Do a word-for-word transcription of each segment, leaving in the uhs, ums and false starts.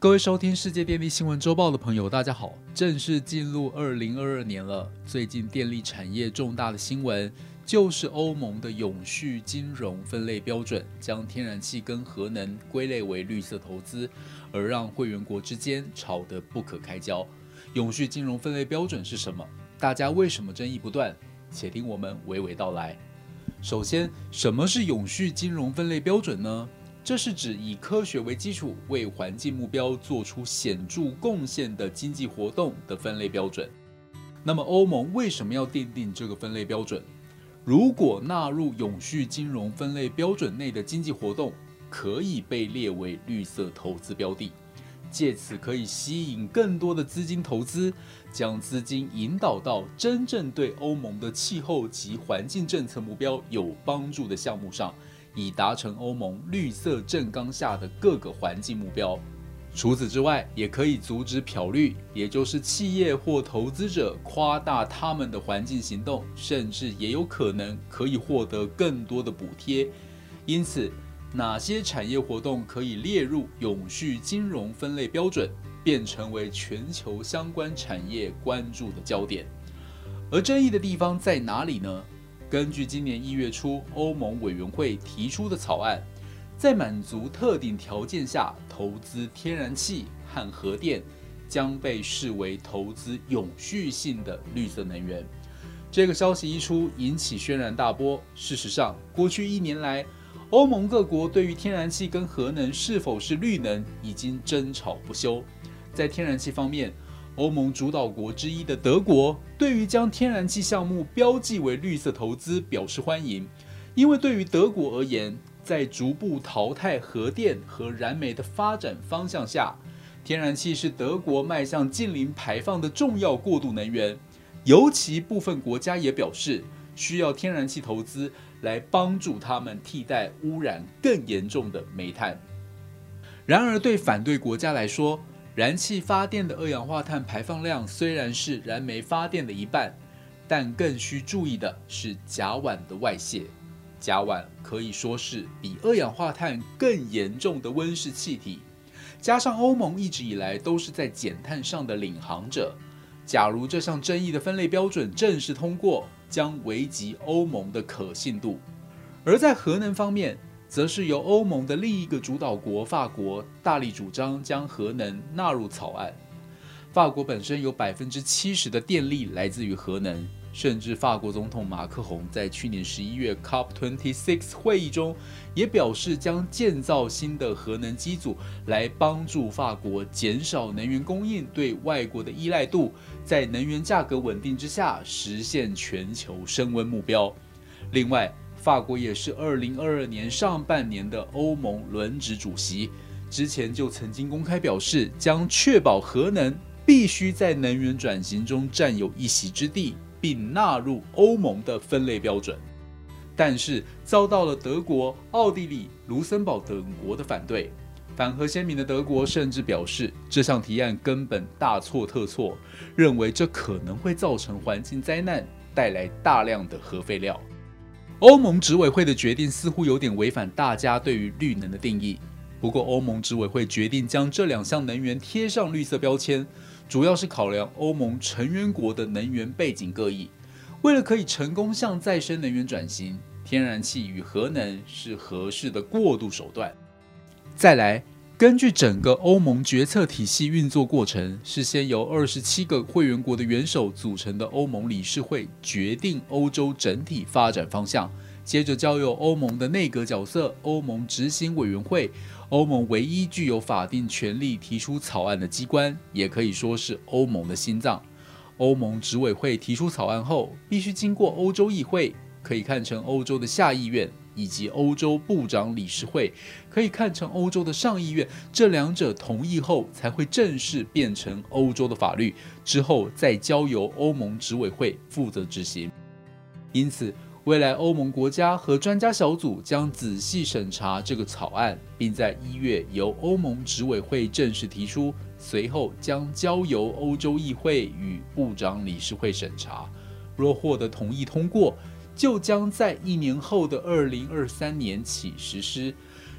各位收听世界电力新闻周报的朋友，大家好，正式进入二零二二年了。最近电力产业重大的新闻，就是欧盟的永续金融分类标准，将天然气跟核能归类为绿色投资，而让会员国之间吵得不可开交。永续金融分类标准是什么？大家为什么争议不断？且听我们娓娓道来。首先，什么是永续金融分类标准呢？这是指以科学为基础，为环境目标做出显著贡献的经济活动的分类标准。那么欧盟为什么要订定这个分类标准？如果纳入永续金融分类标准内的经济活动，可以被列为绿色投资标的，借此可以吸引更多的资金投资，将资金引导到真正对欧盟的气候及环境政策目标有帮助的项目上，以达成欧盟绿色政纲下的各个环境目标。除此之外，也可以阻止漂绿，也就是企业或投资者夸大他们的环境行动，甚至也有可能可以获得更多的补贴。因此，哪些产业活动可以列入永续金融分类标准，便成为全球相关产业关注的焦点。而争议的地方在哪里呢？根据今年一月初欧盟委员会提出的草案，在满足特定条件下投资天然气和核电将被视为投资永续性的绿色能源。这个消息一出，引起轩然大波。事实上，过去一年来，欧盟各国对于天然气跟核能是否是绿能已经争吵不休。在天然气方面，欧盟主导国之一的德国对于将天然气项目标记为绿色投资表示欢迎，因为对于德国而言，在逐步淘汰核电和燃煤的发展方向下，天然气是德国迈向净零排放的重要过渡能源，尤其部分国家也表示需要天然气投资来帮助他们替代污染更严重的煤炭。然而，对反对国家来说，燃气发电的二氧化碳排放量虽然是燃煤发电的一半，但更需注意的是甲烷的外泄。甲烷可以说是比二氧化碳更严重的温室气体，加上欧盟一直以来都是在减碳上的领航者，假如这项争议的分类标准正式通过，将危及欧盟的可信度。而在核能方面，则是由欧盟的另一个主导国法国大力主张将核能纳入草案。法国本身有 百分之七十 的电力来自于核能，甚至法国总统马克宏在去年十一月 C O P 二十六 会议中也表示，将建造新的核能机组来帮助法国减少能源供应对外国的依赖度，在能源价格稳定之下实现全球升温目标。另外，法国也是二零二二年上半年的欧盟轮值主席，之前就曾经公开表示，将确保核能必须在能源转型中占有一席之地，并纳入欧盟的分类标准。但是遭到了德国、奥地利、卢森堡等国的反对。反核鲜明的德国甚至表示，这项提案根本大错特错，认为这可能会造成环境灾难，带来大量的核废料。欧盟执委会的决定似乎有点违反大家对于绿能的定义。不过，欧盟执委会决定将这两项能源贴上绿色标签，主要是考量欧盟成员国的能源背景各异。为了可以成功向再生能源转型，天然气与核能是合适的过渡手段。再来，根据整个欧盟决策体系运作过程，是先由二十七个会员国的元首组成的欧盟理事会决定欧洲整体发展方向，接着交由欧盟的内阁角色欧盟执行委员会，欧盟唯一具有法定权力提出草案的机关，也可以说是欧盟的心脏。欧盟执委会提出草案后，必须经过欧洲议会，可以看成欧洲的下议院，以及欧洲部长理事会，可以看成欧洲的上议院，这两者同意后才会正式变成欧洲的法律，之后再交由欧盟执委会负责执行。因此，未来欧盟国家和专家小组将仔细审查这个草案，并在一月由欧盟执委会正式提出，随后将交由欧洲议会与部长理事会审查。若获得同意通过，就将在一年后的二零二三年起实施。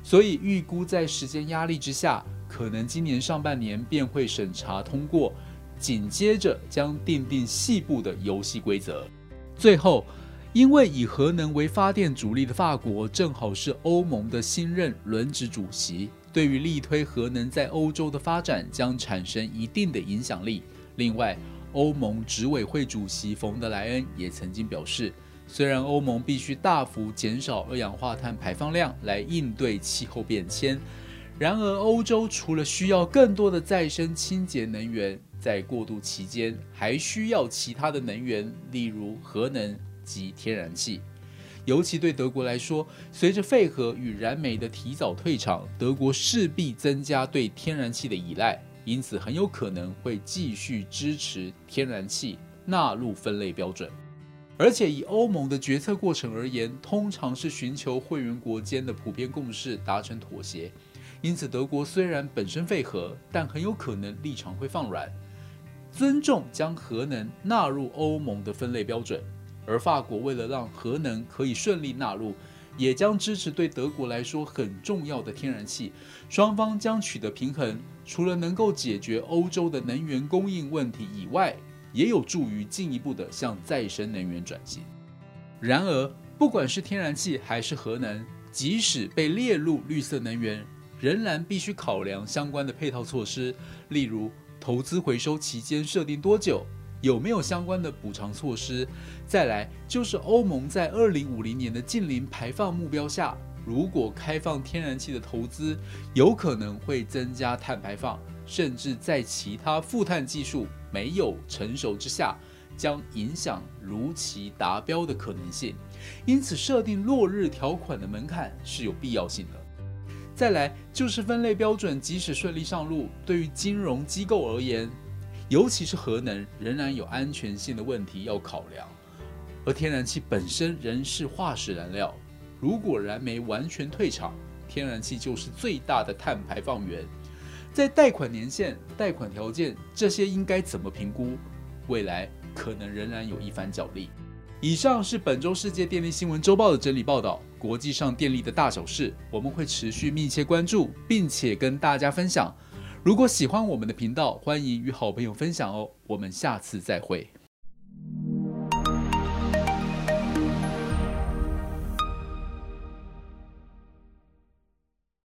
所以预估在时间压力之下，可能今年上半年便会审查通过，紧接着将订定细部的游戏规则。最后，因为以核能为发电主力的法国正好是欧盟的新任轮值主席，对于力推核能在欧洲的发展将产生一定的影响力。另外，欧盟执委会主席冯德莱恩也曾经表示，虽然欧盟必须大幅减少二氧化碳排放量来应对气候变迁，然而欧洲除了需要更多的再生清洁能源，在过渡期间还需要其他的能源，例如核能及天然气。尤其对德国来说，随着废核与燃煤的提早退场，德国势必增加对天然气的依赖，因此很有可能会继续支持天然气纳入分类标准。而且以欧盟的决策过程而言，通常是寻求会员国间的普遍共识，达成妥协。因此德国虽然本身废核，但很有可能立场会放软，尊重将核能纳入欧盟的分类标准。而法国为了让核能可以顺利纳入，也将支持对德国来说很重要的天然气，双方将取得平衡，除了能够解决欧洲的能源供应问题以外，也有助于进一步的向再生能源转型。然而，不管是天然气还是核能，即使被列入绿色能源，仍然必须考量相关的配套措施，例如投资回收期间设定多久，有没有相关的补偿措施？再来就是欧盟在二零五零年的净零排放目标下，如果开放天然气的投资，有可能会增加碳排放，甚至在其他负碳技术没有成熟之下，将影响如期达标的可能性。因此，设定落日条款的门槛是有必要性的。再来就是分类标准，即使顺利上路，对于金融机构而言，尤其是核能，仍然有安全性的问题要考量。而天然气本身仍是化石燃料，如果燃煤完全退场，天然气就是最大的碳排放源。在贷款年限、贷款条件这些应该怎么评估？未来可能仍然有一番角力。以上是本周世界电力新闻周报的整理报道，国际上电力的大小事，我们会持续密切关注，并且跟大家分享。如果喜欢我们的频道，欢迎与好朋友分享哦。我们下次再会。